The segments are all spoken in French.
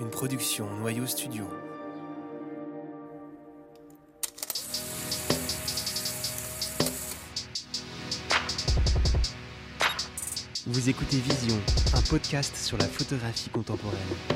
une production Noyau Studio. Vous écoutez Vision, un podcast sur la photographie contemporaine.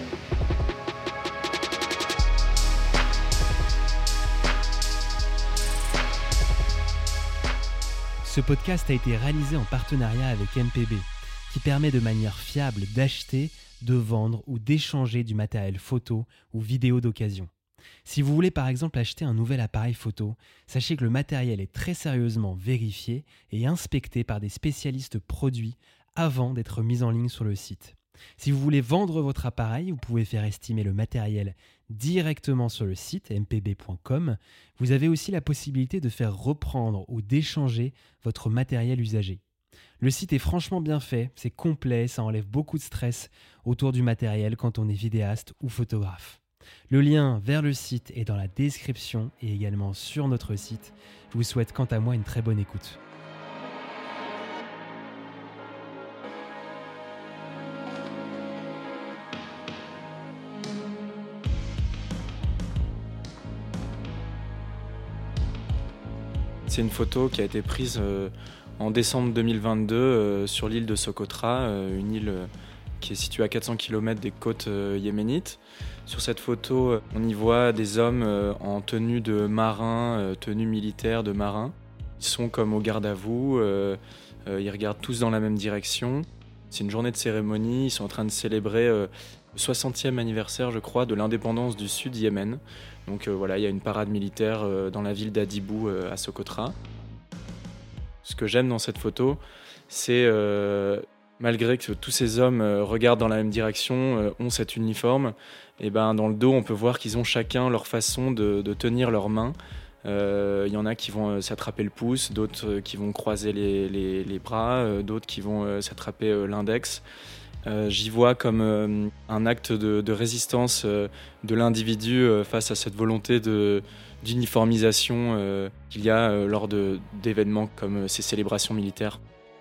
Ce podcast a été réalisé en partenariat avec MPB, qui permet de manière fiable d'acheter, de vendre ou d'échanger du matériel photo ou vidéo d'occasion. Si vous voulez par exemple acheter un nouvel appareil photo, sachez que le matériel est très sérieusement vérifié et inspecté par des spécialistes produits avant d'être mis en ligne sur le site. Si vous voulez vendre votre appareil, vous pouvez faire estimer le matériel directement sur le site mpb.com. Vous avez aussi la possibilité de faire reprendre ou d'échanger votre matériel usagé. Le site est franchement bien fait, c'est complet, ça enlève beaucoup de stress autour du matériel quand on est vidéaste ou photographe. Le lien vers le site est dans la description et également sur notre site. Je vous souhaite quant à moi une très bonne écoute. C'est une photo qui a été prise en décembre 2022 sur l'île de Socotra, une île qui est située à 400 km des côtes yéménites. Sur cette photo, on y voit des hommes en tenue de marin, tenue militaire de marin. Ils sont comme au garde à vous, ils regardent tous dans la même direction. C'est une journée de cérémonie, ils sont en train de célébrer le 60e anniversaire, je crois, de l'indépendance du Sud Yémen. Donc voilà, il y a une parade militaire dans la ville d'Adibou à Socotra. Ce que j'aime dans cette photo, c'est malgré que tous ces hommes regardent dans la même direction, ont cet uniforme, et ben dans le dos on peut voir qu'ils ont chacun leur façon de tenir leurs mains. Il y en a qui vont s'attraper le pouce, d'autres qui vont croiser les bras, d'autres qui vont s'attraper l'index. J'y vois comme un acte de résistance de l'individu face à cette volonté d'uniformisation qu'il y a lors d'événements comme ces célébrations militaires.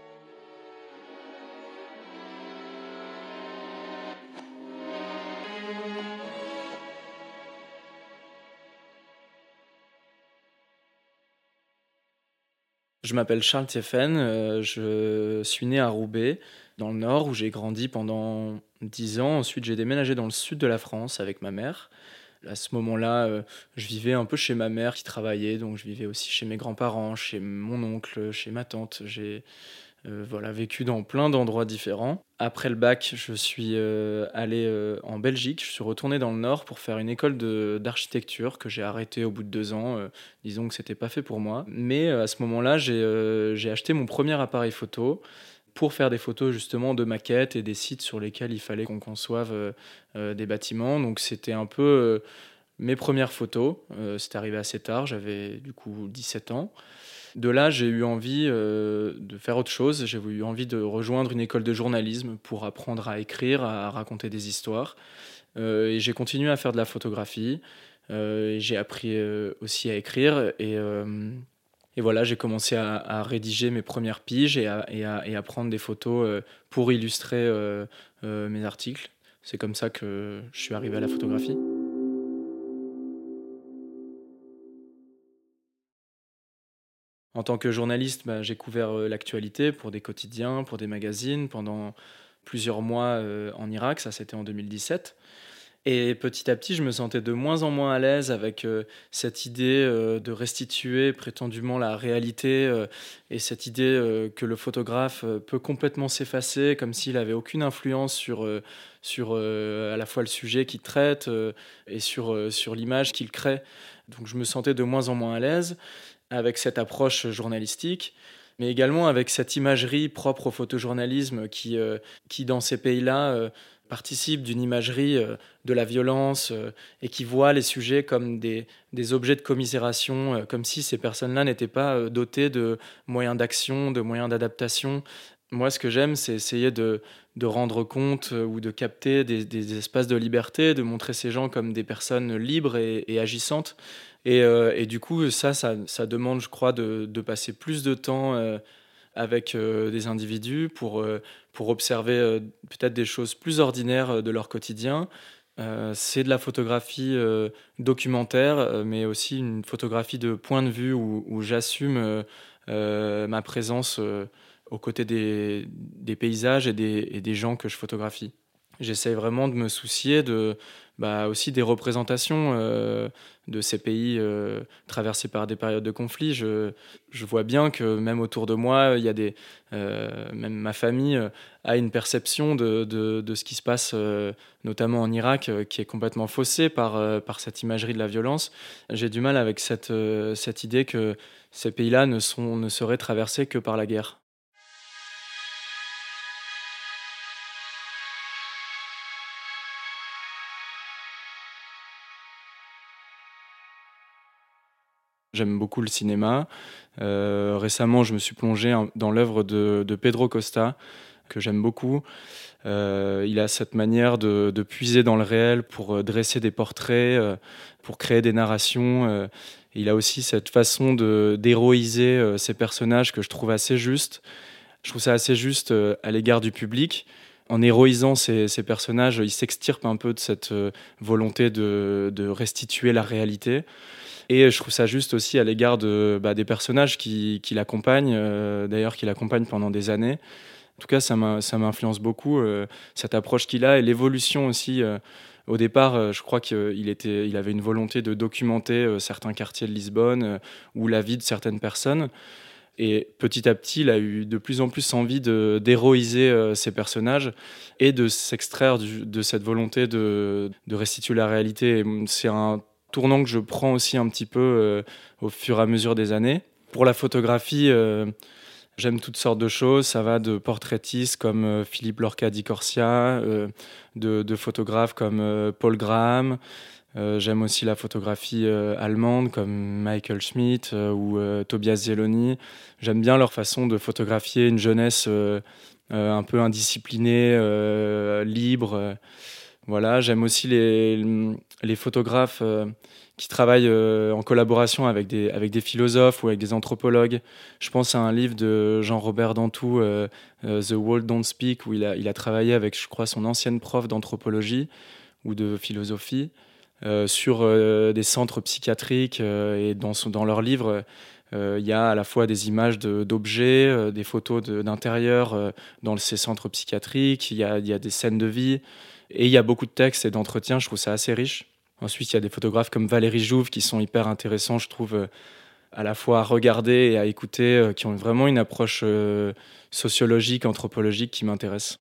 Je m'appelle Charles Thieffen, je suis né à Roubaix, dans le Nord, où j'ai grandi pendant 10 ans. Ensuite, j'ai déménagé dans le sud de la France avec ma mère. À ce moment-là, je vivais un peu chez ma mère qui travaillait, donc je vivais aussi chez mes grands-parents, chez mon oncle, chez ma tante. J'ai vécu dans plein d'endroits différents. Après le bac, je suis allé en Belgique. Je suis retourné dans le Nord pour faire une école d'architecture que j'ai arrêtée au bout de 2 ans. Disons que c'était pas fait pour moi. Mais à ce moment-là, j'ai acheté mon premier appareil photo pour faire des photos justement de maquettes et des sites sur lesquels il fallait qu'on conçoive des bâtiments. Donc c'était un peu mes premières photos. C'est arrivé assez tard, j'avais du coup 17 ans. De là, j'ai eu envie de faire autre chose. J'ai eu envie de rejoindre une école de journalisme pour apprendre à écrire, à raconter des histoires. Et j'ai continué à faire de la photographie. Et j'ai appris aussi à écrire. Et voilà, j'ai commencé à rédiger mes premières piges et à prendre des photos pour illustrer mes articles. C'est comme ça que je suis arrivé à la photographie. En tant que journaliste, j'ai couvert l'actualité pour des quotidiens, pour des magazines pendant plusieurs mois en Irak, ça c'était en 2017. Et petit à petit, je me sentais de moins en moins à l'aise avec cette idée de restituer prétendument la réalité et cette idée que le photographe peut complètement s'effacer comme s'il n'avait aucune influence sur à la fois le sujet qu'il traite et sur l'image qu'il crée. Donc je me sentais de moins en moins à l'aise avec cette approche journalistique, mais également avec cette imagerie propre au photojournalisme qui dans ces pays-là, participe d'une imagerie de la violence et qui voit les sujets comme des objets de commisération, comme si ces personnes-là n'étaient pas dotées de moyens d'action, de moyens d'adaptation. Moi, ce que j'aime, c'est essayer de rendre compte ou de capter des espaces de liberté, de montrer ces gens comme des personnes libres et agissantes. Et du coup, ça demande, je crois, de passer plus de temps avec des individus pour observer peut-être des choses plus ordinaires de leur quotidien C'est de la photographie, documentaire, mais aussi une photographie de point de vue où j'assume, ma présence, aux côtés des paysages et des gens que je photographie. J'essaie vraiment de me soucier aussi des représentations, de ces pays, traversés par des périodes de conflit. Je vois bien que même autour de moi, il y a même ma famille, a une perception de ce qui se passe, notamment en Irak, qui est complètement faussée par cette imagerie de la violence. J'ai du mal avec cette idée que ces pays-là ne seraient traversés que par la guerre. J'aime beaucoup le cinéma. Récemment, je me suis plongé dans l'œuvre de Pedro Costa, que j'aime beaucoup. Il a cette manière de puiser dans le réel pour dresser des portraits, pour créer des narrations. Il a aussi cette façon d'héroïser ses personnages que je trouve assez juste. Je trouve ça assez juste à l'égard du public. En héroïsant ces personnages, il s'extirpe un peu de cette volonté de restituer la réalité. Et je trouve ça juste aussi à l'égard des personnages qui l'accompagnent, d'ailleurs qui l'accompagnent pendant des années. En tout cas, ça m'influence beaucoup, cette approche qu'il a et l'évolution aussi. Au départ, je crois qu'il avait une volonté de documenter certains quartiers de Lisbonne ou la vie de certaines personnes. Et petit à petit, il a eu de plus en plus envie d'héroïser ces personnages et de s'extraire de cette volonté de restituer la réalité. Et c'est un tournant que je prends aussi un petit peu au fur et à mesure des années. Pour la photographie, j'aime toutes sortes de choses. Ça va de portraitistes comme Philippe Lorca di Corsia, de photographes comme Paul Graham. J'aime aussi la photographie allemande comme Michael Schmidt ou Tobias Zieloni. J'aime bien leur façon de photographier une jeunesse un peu indisciplinée, libre. Voilà, j'aime aussi les photographes qui travaillent en collaboration avec des philosophes ou avec des anthropologues. Je pense à un livre de Jean-Robert Dantou, The World Don't Speak, où il a travaillé avec, je crois, son ancienne prof d'anthropologie ou de philosophie sur des centres psychiatriques. Et dans leur livre, il y a à la fois des images d'objets, des photos d'intérieur dans ces centres psychiatriques, il y a des scènes de vie. Et il y a beaucoup de textes et d'entretiens, je trouve ça assez riche. Ensuite, il y a des photographes comme Valérie Jouve qui sont hyper intéressants, je trouve, à la fois à regarder et à écouter, qui ont vraiment une approche sociologique, anthropologique qui m'intéresse.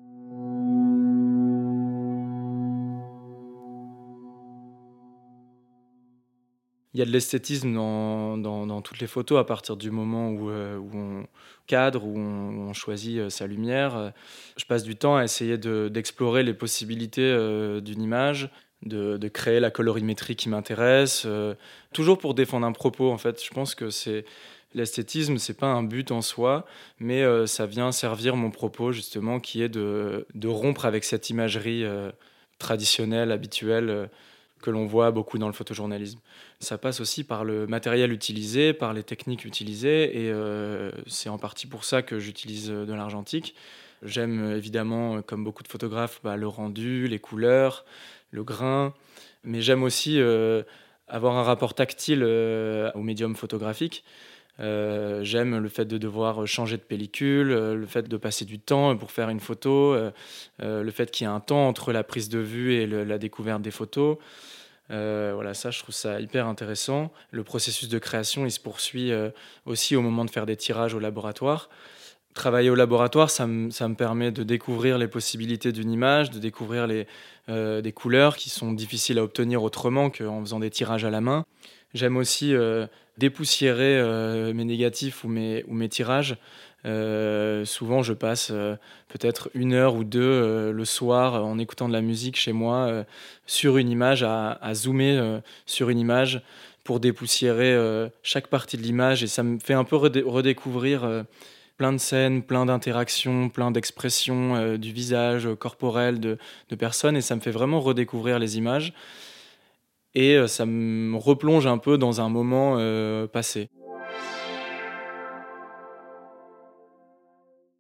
Il y a de l'esthétisme dans toutes les photos à partir du moment où on cadre, où on choisit sa lumière. Je passe du temps à essayer d'explorer les possibilités d'une image, de créer la colorimétrie qui m'intéresse, toujours pour défendre un propos en fait. Je pense que l'esthétisme, c'est pas un but en soi, mais ça vient servir mon propos justement qui est de rompre avec cette imagerie traditionnelle, habituelle, que l'on voit beaucoup dans le photojournalisme. Ça passe aussi par le matériel utilisé, par les techniques utilisées, et c'est en partie pour ça que j'utilise de l'argentique. J'aime évidemment, comme beaucoup de photographes, le rendu, les couleurs, le grain, mais j'aime aussi avoir un rapport tactile au médium photographique. J'aime le fait de devoir changer de pellicule, le fait de passer du temps pour faire une photo, le fait qu'il y ait un temps entre la prise de vue et la découverte des photos. Voilà, ça, je trouve ça hyper intéressant. Le processus de création, il se poursuit aussi au moment de faire des tirages au laboratoire. Travailler au laboratoire, ça me permet de découvrir les possibilités d'une image, de découvrir des couleurs qui sont difficiles à obtenir autrement qu'en faisant des tirages à la main. J'aime aussi dépoussiérer mes négatifs ou mes tirages. Souvent, je passe peut-être 1 heure ou 2 le soir en écoutant de la musique chez moi sur une image, à zoomer sur une image pour dépoussiérer chaque partie de l'image. Et ça me fait un peu redécouvrir plein de scènes, plein d'interactions, plein d'expressions du visage corporel de personnes. Et ça me fait vraiment redécouvrir les images. Et ça me replonge un peu dans un moment passé.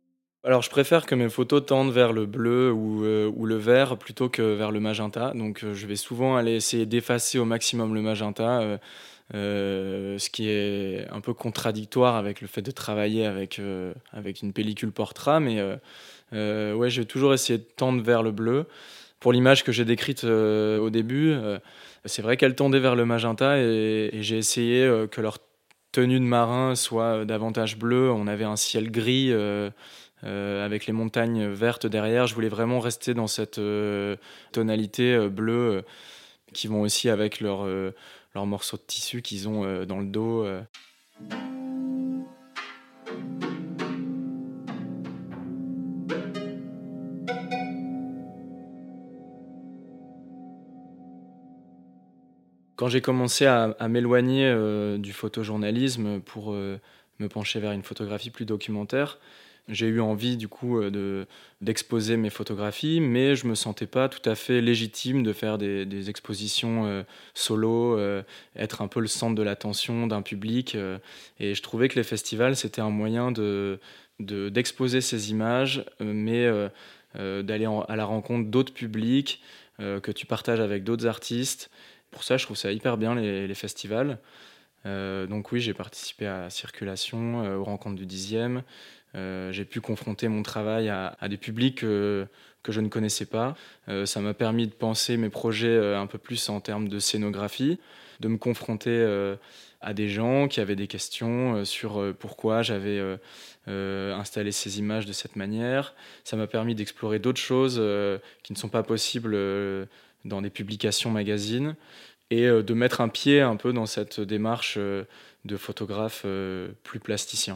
Alors je préfère que mes photos tendent vers le bleu ou le vert plutôt que vers le magenta. Donc je vais souvent aller essayer d'effacer au maximum le magenta, ce qui est un peu contradictoire avec le fait de travailler avec une pellicule portrait. Mais ouais, je vais toujours essayer de tendre vers le bleu. Pour l'image que j'ai décrite au début, c'est vrai qu'elle tendait vers le magenta et j'ai essayé que leur tenue de marin soit davantage bleue. On avait un ciel gris avec les montagnes vertes derrière. Je voulais vraiment rester dans cette tonalité bleue qui vont aussi avec leurs morceaux de tissu qu'ils ont dans le dos. Quand j'ai commencé à m'éloigner du photojournalisme pour me pencher vers une photographie plus documentaire, j'ai eu envie du coup d'exposer mes photographies, mais je me sentais pas tout à fait légitime de faire des expositions solo, être un peu le centre de l'attention d'un public. Et je trouvais que les festivals, c'était un moyen d'exposer ces images, mais d'aller à la rencontre d'autres publics, que tu partages avec d'autres artistes. Pour ça, je trouve ça hyper bien les festivals. Donc oui, j'ai participé à Circulation, aux Rencontres du 10e. J'ai pu confronter mon travail à des publics que je ne connaissais pas. Ça m'a permis de penser mes projets un peu plus en termes de scénographie, de me confronter à des gens qui avaient des questions sur pourquoi j'avais installé ces images de cette manière. Ça m'a permis d'explorer d'autres choses qui ne sont pas possibles dans des publications magazines et de mettre un pied un peu dans cette démarche de photographe plus plasticien.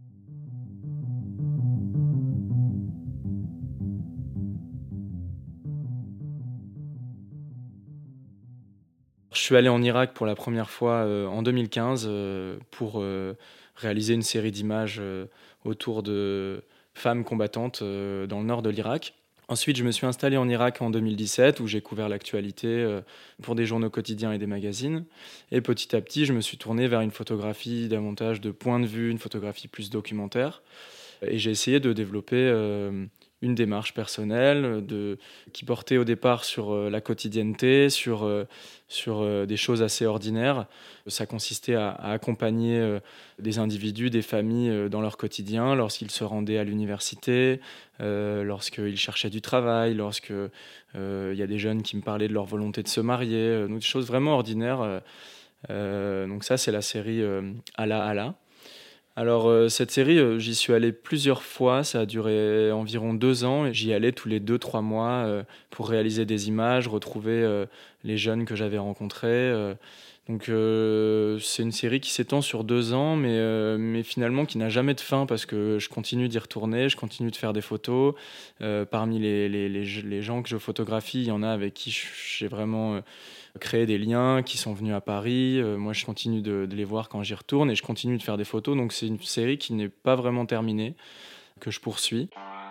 Je suis allé en Irak pour la première fois en 2015 pour réaliser une série d'images autour de femmes combattantes dans le nord de l'Irak. Ensuite, je me suis installé en Irak en 2017 où j'ai couvert l'actualité pour des journaux quotidiens et des magazines. Et petit à petit, je me suis tourné vers une photographie davantage de point de vue, une photographie plus documentaire. Et j'ai essayé de développer une démarche personnelle qui portait au départ sur la quotidienneté, sur des choses assez ordinaires. Ça consistait à accompagner des individus, des familles dans leur quotidien, lorsqu'ils se rendaient à l'université, lorsqu'ils cherchaient du travail, lorsque y a des jeunes qui me parlaient de leur volonté de se marier, donc des choses vraiment ordinaires. Donc ça, c'est la série Allah Allah. Alors cette série, j'y suis allé plusieurs fois, ça a duré environ 2 ans et j'y allais tous les 2-3 mois pour réaliser des images, retrouver les jeunes que j'avais rencontrés. Donc c'est une série qui s'étend sur 2 ans, mais finalement qui n'a jamais de fin parce que je continue d'y retourner, je continue de faire des photos. Parmi les gens que je photographie, il y en a avec qui j'ai vraiment créé des liens, qui sont venus à Paris. Moi, je continue de les voir quand j'y retourne et je continue de faire des photos. Donc c'est une série qui n'est pas vraiment terminée, que je poursuis.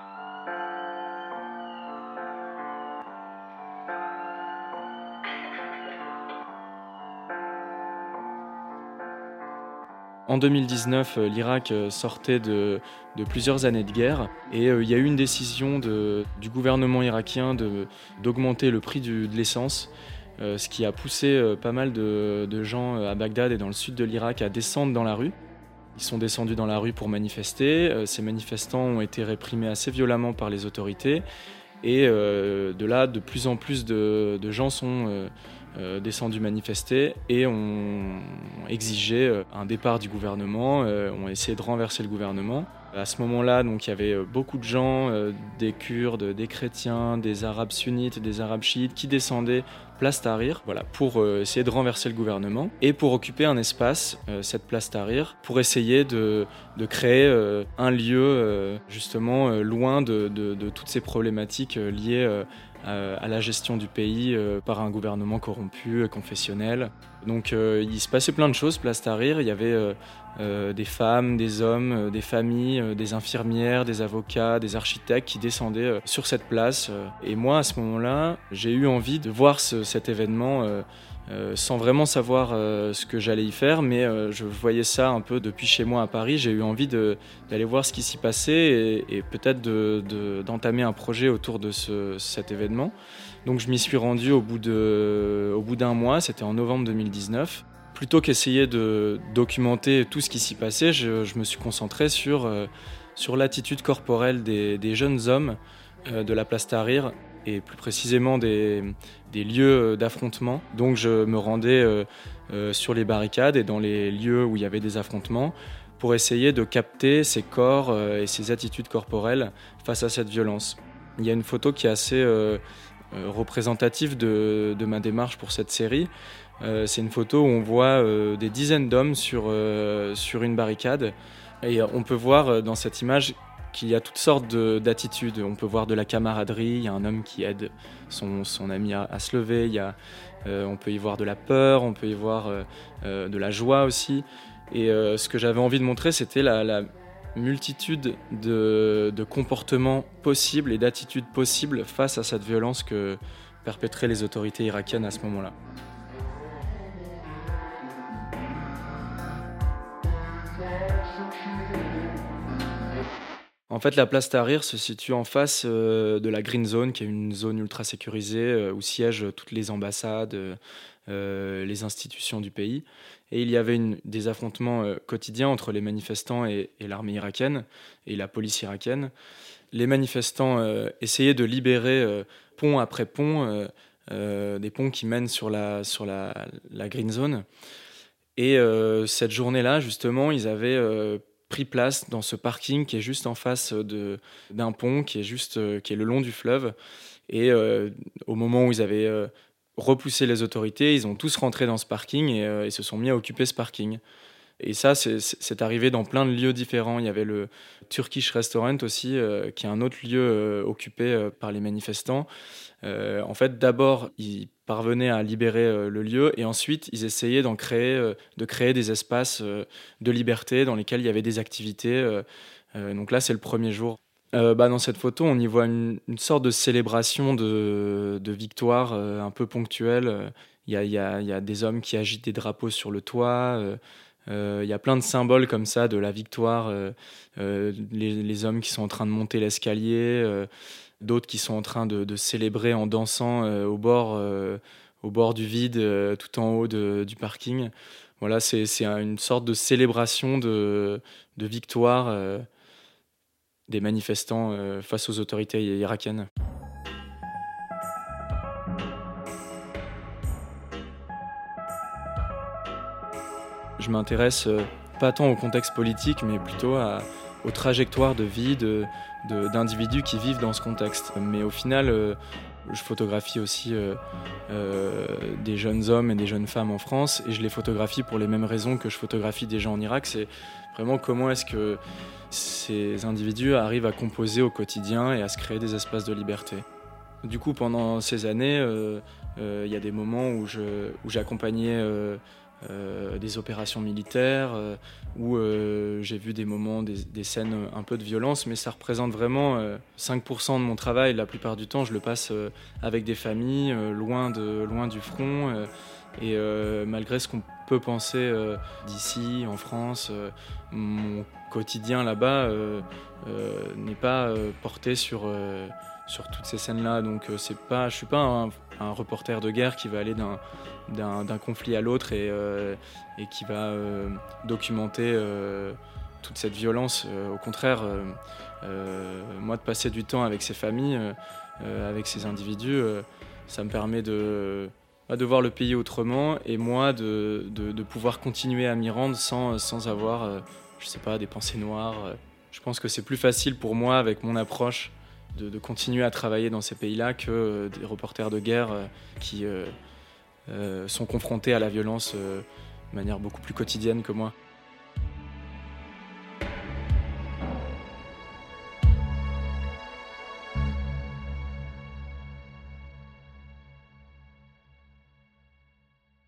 En 2019, l'Irak sortait de plusieurs années de guerre et il y a eu une décision du gouvernement irakien d'augmenter le prix de l'essence, ce qui a poussé pas mal de gens à Bagdad et dans le sud de l'Irak à descendre dans la rue. Ils sont descendus dans la rue pour manifester. Ces manifestants ont été réprimés assez violemment par les autorités. Et de là, de plus en plus de gens sont descendus manifester et ont exigé un départ du gouvernement, ont essayé de renverser le gouvernement. À ce moment-là, donc, il y avait beaucoup de gens, des Kurdes, des chrétiens, des Arabes sunnites, des Arabes chiites, qui descendaient place Tahrir, voilà, pour essayer de renverser le gouvernement et pour occuper un espace, cette place Tahrir, pour essayer de créer un lieu justement loin de toutes ces problématiques liées à la gestion du pays par un gouvernement corrompu, confessionnel. Donc il se passait plein de choses, place Tahrir. Il y avait des femmes, des hommes, des familles, des infirmières, des avocats, des architectes qui descendaient sur cette place. Et moi, à ce moment-là, j'ai eu envie de voir cet événement sans vraiment savoir ce que j'allais y faire, mais je voyais ça un peu depuis chez moi à Paris. J'ai eu envie d'aller voir ce qui s'y passait et peut-être d'entamer un projet autour de cet événement. Donc je m'y suis rendu au bout d'un mois, c'était en novembre 2019. Plutôt qu'essayer de documenter tout ce qui s'y passait, je me suis concentré sur l'attitude corporelle des jeunes hommes de la place Tahrir, et plus précisément des lieux d'affrontement. Donc je me rendais sur les barricades et dans les lieux où il y avait des affrontements pour essayer de capter ces corps et ces attitudes corporelles face à cette violence. Il y a une photo qui est assez représentative de ma démarche pour cette série. C'est une photo où on voit des dizaines d'hommes sur une barricade, et on peut voir dans cette image qu'il y a toutes sortes d'attitudes. On peut voir de la camaraderie, il y a un homme qui aide son ami à se lever, on peut y voir de la peur, on peut y voir de la joie aussi. Et ce que j'avais envie de montrer, c'était la multitude de comportements possibles et d'attitudes possibles face à cette violence que perpétraient les autorités irakiennes à ce moment-là. En fait, la place Tahrir se situe en face de la Green Zone, qui est une zone ultra sécurisée où siègent toutes les ambassades, les institutions du pays. Et il y avait des affrontements quotidiens entre les manifestants et l'armée irakienne et la police irakienne. Les manifestants essayaient de libérer pont après pont, des ponts qui mènent sur la Green Zone. Et cette journée-là, justement, ils avaient pris place dans ce parking qui est juste en face d'un pont qui est le long du fleuve. Et au moment où ils avaient repoussé les autorités, ils ont tous rentré dans ce parking et se sont mis à occuper ce parking. Et ça, c'est arrivé dans plein de lieux différents. Il y avait le Turkish Restaurant aussi, qui est un autre lieu occupé par les manifestants. En fait, d'abord, ils parvenaient à libérer le lieu, et ensuite, ils essayaient de créer des espaces de liberté dans lesquels il y avait des activités. Donc là, c'est le premier jour. Dans cette photo, on y voit une sorte de célébration de victoire un peu ponctuelle. Il y a des hommes qui agitent des drapeaux sur le toit. Il y a plein de symboles comme ça de la victoire. Les hommes qui sont en train de monter l'escalier, d'autres qui sont en train de célébrer en dansant au bord du vide, tout en haut du parking. Voilà, c'est une sorte de célébration de victoire des manifestants face aux autorités irakiennes. Je m'intéresse pas tant au contexte politique, mais plutôt aux trajectoires de vie d'individus qui vivent dans ce contexte. Mais au final, je photographie aussi des jeunes hommes et des jeunes femmes en France, et je les photographie pour les mêmes raisons que je photographie des gens en Irak. C'est vraiment comment est-ce que ces individus arrivent à composer au quotidien et à se créer des espaces de liberté. Du coup, pendant ces années, il y a des moments où j'accompagnais des opérations militaires, où j'ai vu des moments, des scènes un peu de violence, mais ça représente vraiment 5% de mon travail. La plupart du temps, je le passe avec des familles, loin du front, et malgré ce qu'on peut penser d'ici, en France, mon quotidien là-bas n'est pas porté sur toutes ces scènes-là. Donc je suis pas un reporter de guerre qui va aller d'un conflit à l'autre et qui va documenter toute cette violence. Au contraire, moi, de passer du temps avec ces familles, avec ces individus, ça me permet de voir le pays autrement, et moi de pouvoir continuer à m'y rendre sans avoir je sais pas, des pensées noires. Je pense que c'est plus facile pour moi, avec mon approche, de continuer à travailler dans ces pays-là que des reporters de guerre qui sont confrontés à la violence de manière beaucoup plus quotidienne que moi.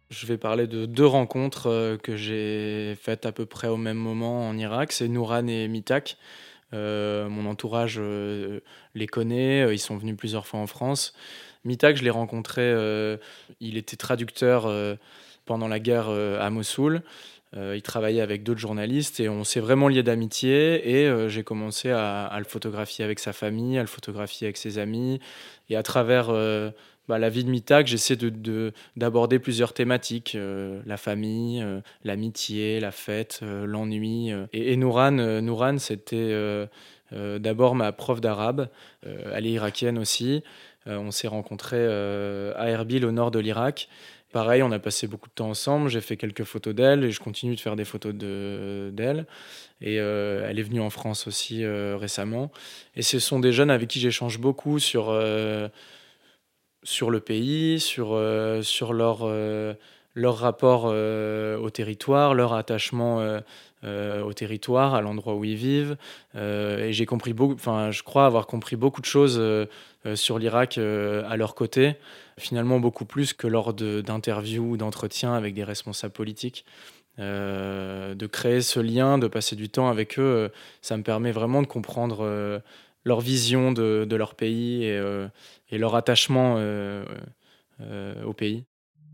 Je vais parler de 2 rencontres, que j'ai faites à peu près au même moment en Irak. C'est Nouran et Mitak. Mon entourage, les connaît, ils sont venus plusieurs fois en France. Mitak, je l'ai rencontré, il était traducteur, pendant la guerre, à Mossoul. Il travaillait avec d'autres journalistes et on s'est vraiment liés d'amitié et j'ai commencé à le photographier avec sa famille, à le photographier avec ses amis et à travers, la vie de Mitak, j'essaie d'aborder plusieurs thématiques, la famille, l'amitié, la fête, l'ennui, et Nouran, c'était, d'abord ma prof d'arabe, elle est irakienne aussi. On s'est rencontrés, à Erbil, au nord de l'Irak. Pareil, on a passé beaucoup de temps ensemble, j'ai fait quelques photos d'elle et je continue de faire des photos d'elle. Et elle est venue en France aussi, récemment. Et ce sont des jeunes avec qui j'échange beaucoup sur le pays, sur leur rapport, au territoire, leur attachement, au territoire, à l'endroit où ils vivent. Et j'ai compris beaucoup, enfin, je crois avoir compris beaucoup de choses, sur l'Irak, à leur côté. Finalement, beaucoup plus que lors d'interviews ou d'entretiens avec des responsables politiques. De créer ce lien, de passer du temps avec eux, ça me permet vraiment de comprendre, leur vision de leur pays et leur attachement, au pays.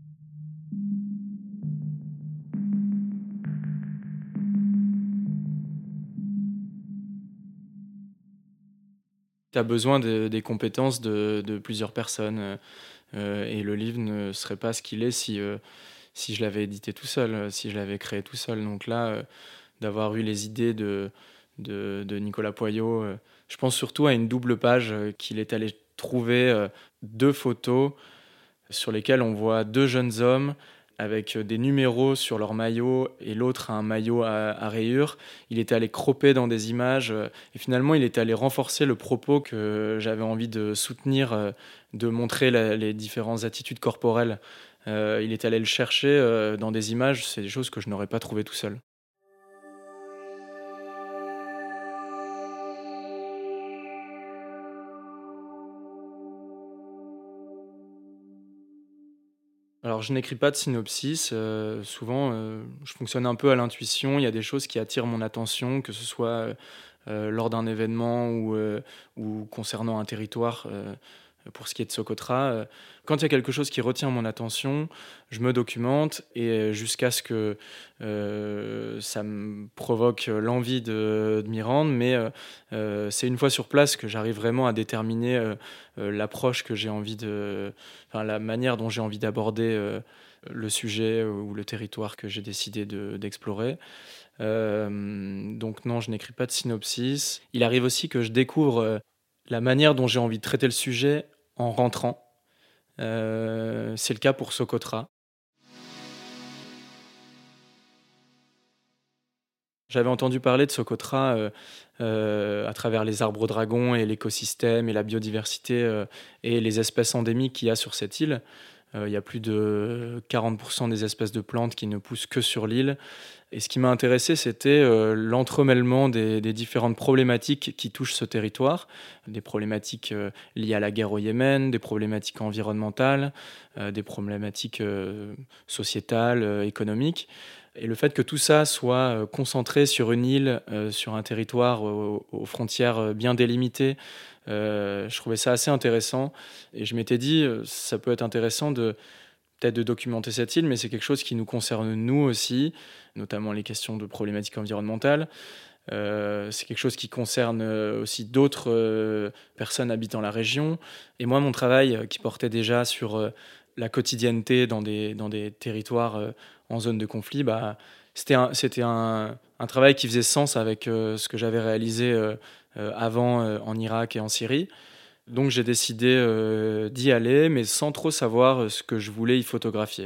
Tu as besoin des compétences de plusieurs personnes, et le livre ne serait pas ce qu'il est si je l'avais édité tout seul, si je l'avais créé tout seul. Donc là, d'avoir eu les idées de Nicolas Poyot, je pense surtout à une double page, qu'il est allé trouver, 2 photos sur lesquelles on voit 2 jeunes hommes avec, des numéros sur leur maillot et l'autre a un maillot à rayures. Il était allé croper dans des images, et finalement il était allé renforcer le propos que j'avais envie de soutenir, de montrer les différentes attitudes corporelles. Il est allé le chercher, dans des images, c'est des choses que je n'aurais pas trouvées tout seul. Alors, je n'écris pas de synopsis. Souvent, je fonctionne un peu à l'intuition. Il y a des choses qui attirent mon attention, que ce soit lors d'un événement ou concernant un territoire. Pour ce qui est de Socotra, quand il y a quelque chose qui retient mon attention, je me documente et jusqu'à ce que ça me provoque l'envie de m'y rendre. Mais c'est une fois sur place que j'arrive vraiment à déterminer l'approche que j'ai envie enfin, la manière dont j'ai envie d'aborder le sujet ou le territoire que j'ai décidé d'explorer. Donc non, je n'écris pas de synopsis. Il arrive aussi que je découvre la manière dont j'ai envie de traiter le sujet en rentrant. C'est le cas pour Socotra. J'avais entendu parler de Socotra à travers les arbres dragons et l'écosystème et la biodiversité et les espèces endémiques qu'il y a sur cette île. Il y a plus de 40% des espèces de plantes qui ne poussent que sur l'île. Et ce qui m'a intéressé, c'était l'entremêlement des différentes problématiques qui touchent ce territoire. Des problématiques liées à la guerre au Yémen, des problématiques environnementales, des problématiques sociétales, économiques. Et le fait que tout ça soit concentré sur une île, sur un territoire aux frontières bien délimitées, je trouvais ça assez intéressant. Et je m'étais dit, ça peut être intéressant peut-être de documenter cette île, mais c'est quelque chose qui nous concerne nous aussi, notamment les questions de problématiques environnementales. C'est quelque chose qui concerne aussi d'autres personnes habitant la région. Et moi, mon travail qui portait déjà sur la quotidienneté dans des territoires en zone de conflit, c'était un travail qui faisait sens avec ce que j'avais réalisé avant en Irak et en Syrie. Donc j'ai décidé d'y aller, mais sans trop savoir ce que je voulais y photographier.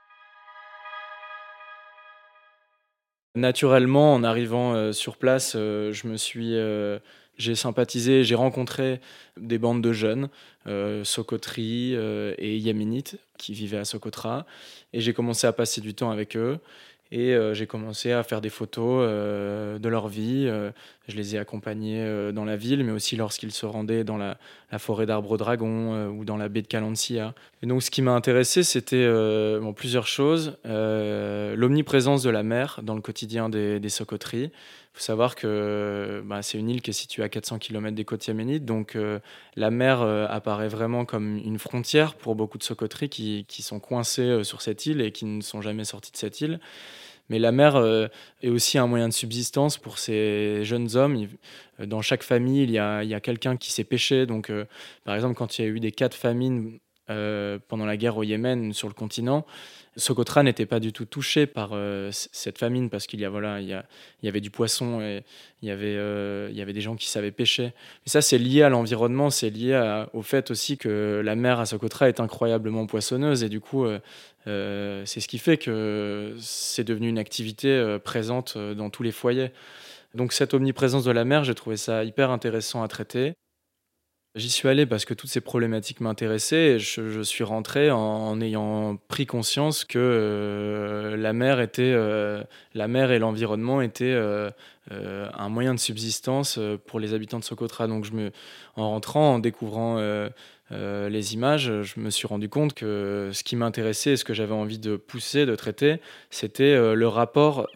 Naturellement, en arrivant sur place, j'ai sympathisé, j'ai rencontré des bandes de jeunes, Sokotris et Yéménites, qui vivaient à Socotra, et j'ai commencé à passer du temps avec eux. et j'ai commencé à faire des photos, de leur vie. Je les ai accompagnés, dans la ville, mais aussi lorsqu'ils se rendaient dans la forêt d'Arbre Dragon, ou dans la baie de Calancia. Et donc ce qui m'a intéressé, c'était, plusieurs choses. L'omniprésence de la mer dans le quotidien des Socoteries. Il faut savoir que, c'est une île qui est située à 400 kilomètres des côtes yéménites, donc la mer apparaît vraiment comme une frontière pour beaucoup de Socoteries qui sont coincés sur cette île et qui ne sont jamais sortis de cette île. Mais la mer est aussi un moyen de subsistance pour ces jeunes hommes. Dans chaque famille, il y a quelqu'un qui sait pêcher. Donc, par exemple, quand il y a eu des cas de famine pendant la guerre au Yémen, sur le continent, Socotra n'était pas du tout touché par cette famine parce il y avait du poisson et il y avait des gens qui savaient pêcher. Et ça, c'est lié à l'environnement, c'est lié au fait aussi que la mer à Socotra est incroyablement poissonneuse et du coup, c'est ce qui fait que c'est devenu une activité présente dans tous les foyers. Donc cette omniprésence de la mer, j'ai trouvé ça hyper intéressant à traiter. J'y suis allé parce que toutes ces problématiques m'intéressaient et je suis rentré en ayant pris conscience que la mer et l'environnement étaient un moyen de subsistance pour les habitants de Socotra. Donc en rentrant, en découvrant les images, je me suis rendu compte que ce qui m'intéressait et ce que j'avais envie de pousser, de traiter, c'était le rapport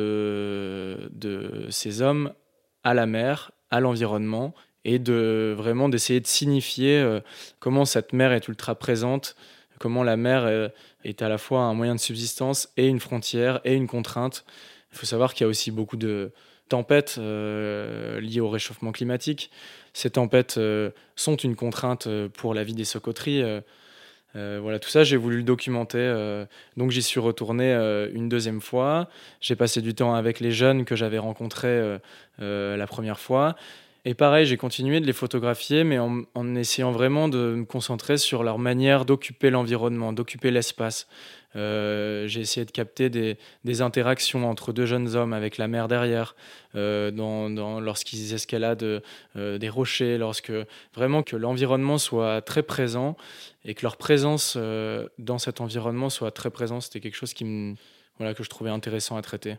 de ces hommes à la mer, à l'environnement et d'essayer de signifier comment cette mer est ultra présente, comment la mer est à la fois un moyen de subsistance et une frontière et une contrainte. Il faut savoir qu'il y a aussi beaucoup de tempêtes liées au réchauffement climatique. Ces tempêtes sont une contrainte pour la vie des Socoteries. Voilà, tout ça, j'ai voulu le documenter. Donc j'y suis retourné une deuxième fois. J'ai passé du temps avec les jeunes que j'avais rencontrés la première fois. Et pareil, j'ai continué de les photographier, mais en essayant vraiment de me concentrer sur leur manière d'occuper l'environnement, d'occuper l'espace. J'ai essayé de capter des interactions entre deux jeunes hommes avec la mer derrière, lorsqu'ils escaladent des rochers, vraiment que l'environnement soit très présent et que leur présence dans cet environnement soit très présente. C'était quelque chose que je trouvais intéressant à traiter.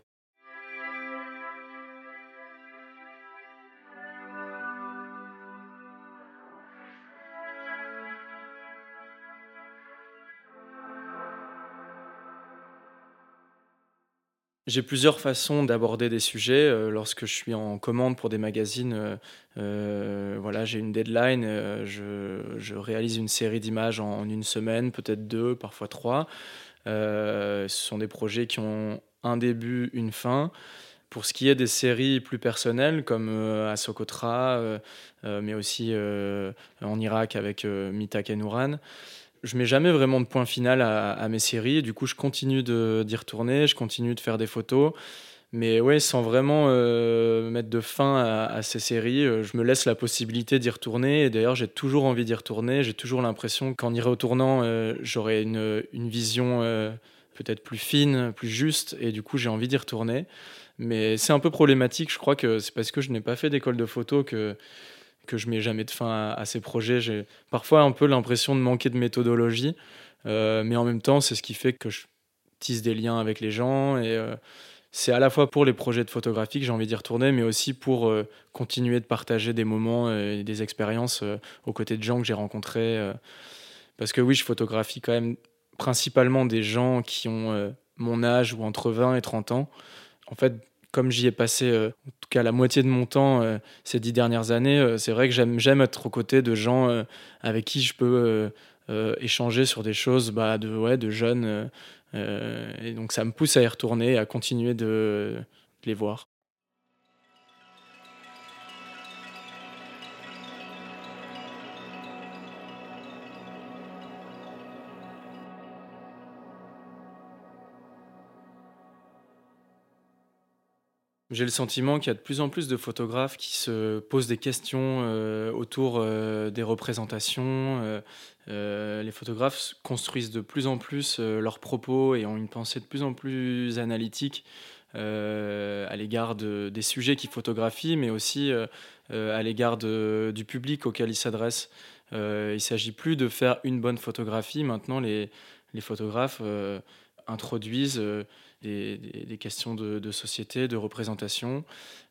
J'ai plusieurs façons d'aborder des sujets, lorsque je suis en commande pour des magazines, voilà, j'ai une deadline, je réalise une série d'images en 1 semaine, peut-être 2, parfois 3. Ce sont des projets qui ont un début, une fin. Pour ce qui est des séries plus personnelles comme, à Socotra, mais aussi, en Irak avec, Mita Kenouran, je mets jamais vraiment de point final à mes séries. Du coup, je continue d'y retourner, je continue de faire des photos. Mais ouais, sans vraiment mettre de fin à ces séries, je me laisse la possibilité d'y retourner. Et d'ailleurs, j'ai toujours envie d'y retourner. J'ai toujours l'impression qu'en y retournant, j'aurai une vision peut-être plus fine, plus juste. Et du coup, j'ai envie d'y retourner. Mais c'est un peu problématique. Je crois que c'est parce que je n'ai pas fait d'école de photo que je mets jamais de fin à ces projets. J'ai parfois un peu l'impression de manquer de méthodologie, mais en même temps, c'est ce qui fait que je tisse des liens avec les gens et c'est à la fois pour les projets de photographie que j'ai envie d'y retourner, mais aussi pour continuer de partager des moments et des expériences aux côtés de gens que j'ai rencontrés. Parce que oui, je photographie quand même principalement des gens qui ont mon âge ou entre 20 et 30 ans. En fait, comme j'y ai passé, en tout cas la moitié de mon temps, ces 10 dernières années, c'est vrai que j'aime être aux côtés de gens, avec qui je peux, échanger sur des choses, de jeunes, et donc ça me pousse à y retourner, à continuer de les voir. J'ai le sentiment qu'il y a de plus en plus de photographes qui se posent des questions autour des représentations. Les photographes construisent de plus en plus leurs propos et ont une pensée de plus en plus analytique à l'égard des sujets qu'ils photographient, mais aussi à l'égard du public auquel ils s'adressent. Il ne s'agit plus de faire une bonne photographie. Maintenant, les photographes introduisent des questions de société, de représentation.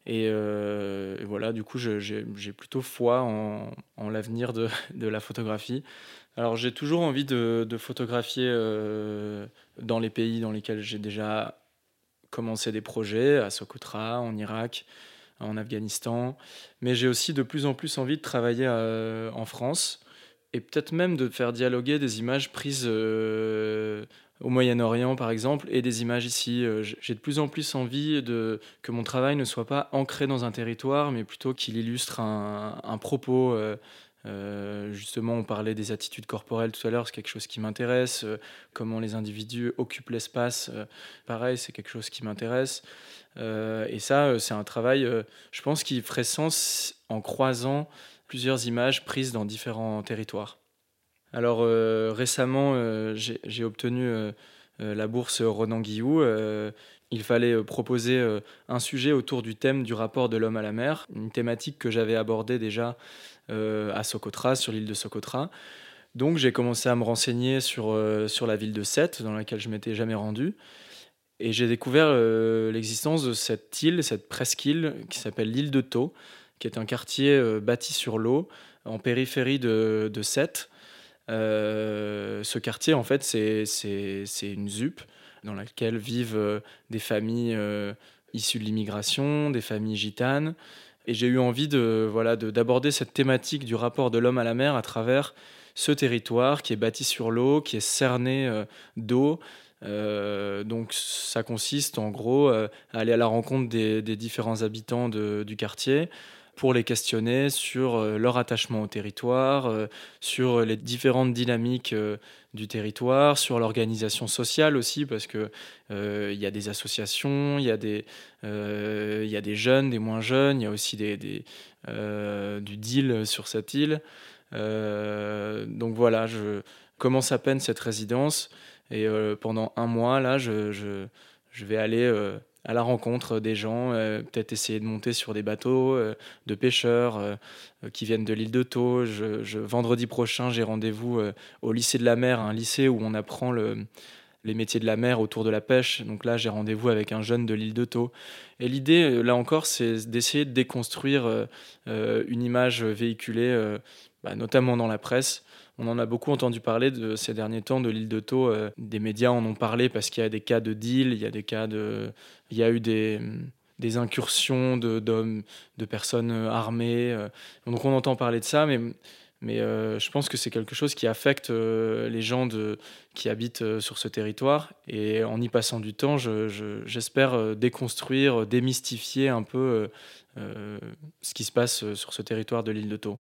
Et voilà, du coup, j'ai plutôt foi en l'avenir de la photographie. Alors, j'ai toujours envie de photographier dans les pays dans lesquels j'ai déjà commencé des projets, à Socotra, en Irak, en Afghanistan. Mais j'ai aussi de plus en plus envie de travailler en France et peut-être même de faire dialoguer des images prises au Moyen-Orient, par exemple, et des images ici. J'ai de plus en plus envie que mon travail ne soit pas ancré dans un territoire, mais plutôt qu'il illustre un propos. Justement, on parlait des attitudes corporelles tout à l'heure, c'est quelque chose qui m'intéresse. Comment les individus occupent l'espace, pareil, c'est quelque chose qui m'intéresse. Et ça, c'est un travail, je pense, qui ferait sens en croisant plusieurs images prises dans différents territoires. Alors récemment, j'ai obtenu la bourse Ronan Guillou. Il fallait proposer un sujet autour du thème du rapport de l'homme à la mer, une thématique que j'avais abordée déjà à Socotra, sur l'île de Socotra. Donc j'ai commencé à me renseigner sur la ville de Sète, dans laquelle je m'étais jamais rendu. Et j'ai découvert l'existence de cette île, cette presqu'île qui s'appelle l'île de Thau, qui est un quartier bâti sur l'eau, en périphérie de Sète. Ce quartier, en fait, c'est une ZUP dans laquelle vivent des familles issues de l'immigration, des familles gitanes. Et j'ai eu envie d'aborder cette thématique du rapport de l'homme à la mer à travers ce territoire qui est bâti sur l'eau, qui est cerné d'eau. Donc ça consiste en gros à aller à la rencontre des différents habitants du quartier pour les questionner sur leur attachement au territoire, sur les différentes dynamiques du territoire, sur l'organisation sociale aussi, parce que il y a des associations, il y a des jeunes, des moins jeunes, il y a aussi du deal sur cette île. Donc voilà, je commence à peine cette résidence et pendant un mois, là, je vais aller à la rencontre des gens, peut-être essayer de monter sur des bateaux de pêcheurs qui viennent de l'île de Thau. Vendredi prochain, j'ai rendez-vous au lycée de la mer, un lycée où on apprend les métiers de la mer autour de la pêche. Donc là, j'ai rendez-vous avec un jeune de l'île de Thau. Et l'idée, là encore, c'est d'essayer de déconstruire une image véhiculée, notamment dans la presse. On en a beaucoup entendu parler ces derniers temps de l'île de Thau. Des médias en ont parlé parce qu'il y a des cas de deal, il y a eu des incursions d'hommes, de personnes armées. Donc on entend parler de ça, mais je pense que c'est quelque chose qui affecte les gens qui habitent sur ce territoire. Et en y passant du temps, j'espère déconstruire, démystifier un peu ce qui se passe sur ce territoire de l'île de Thau.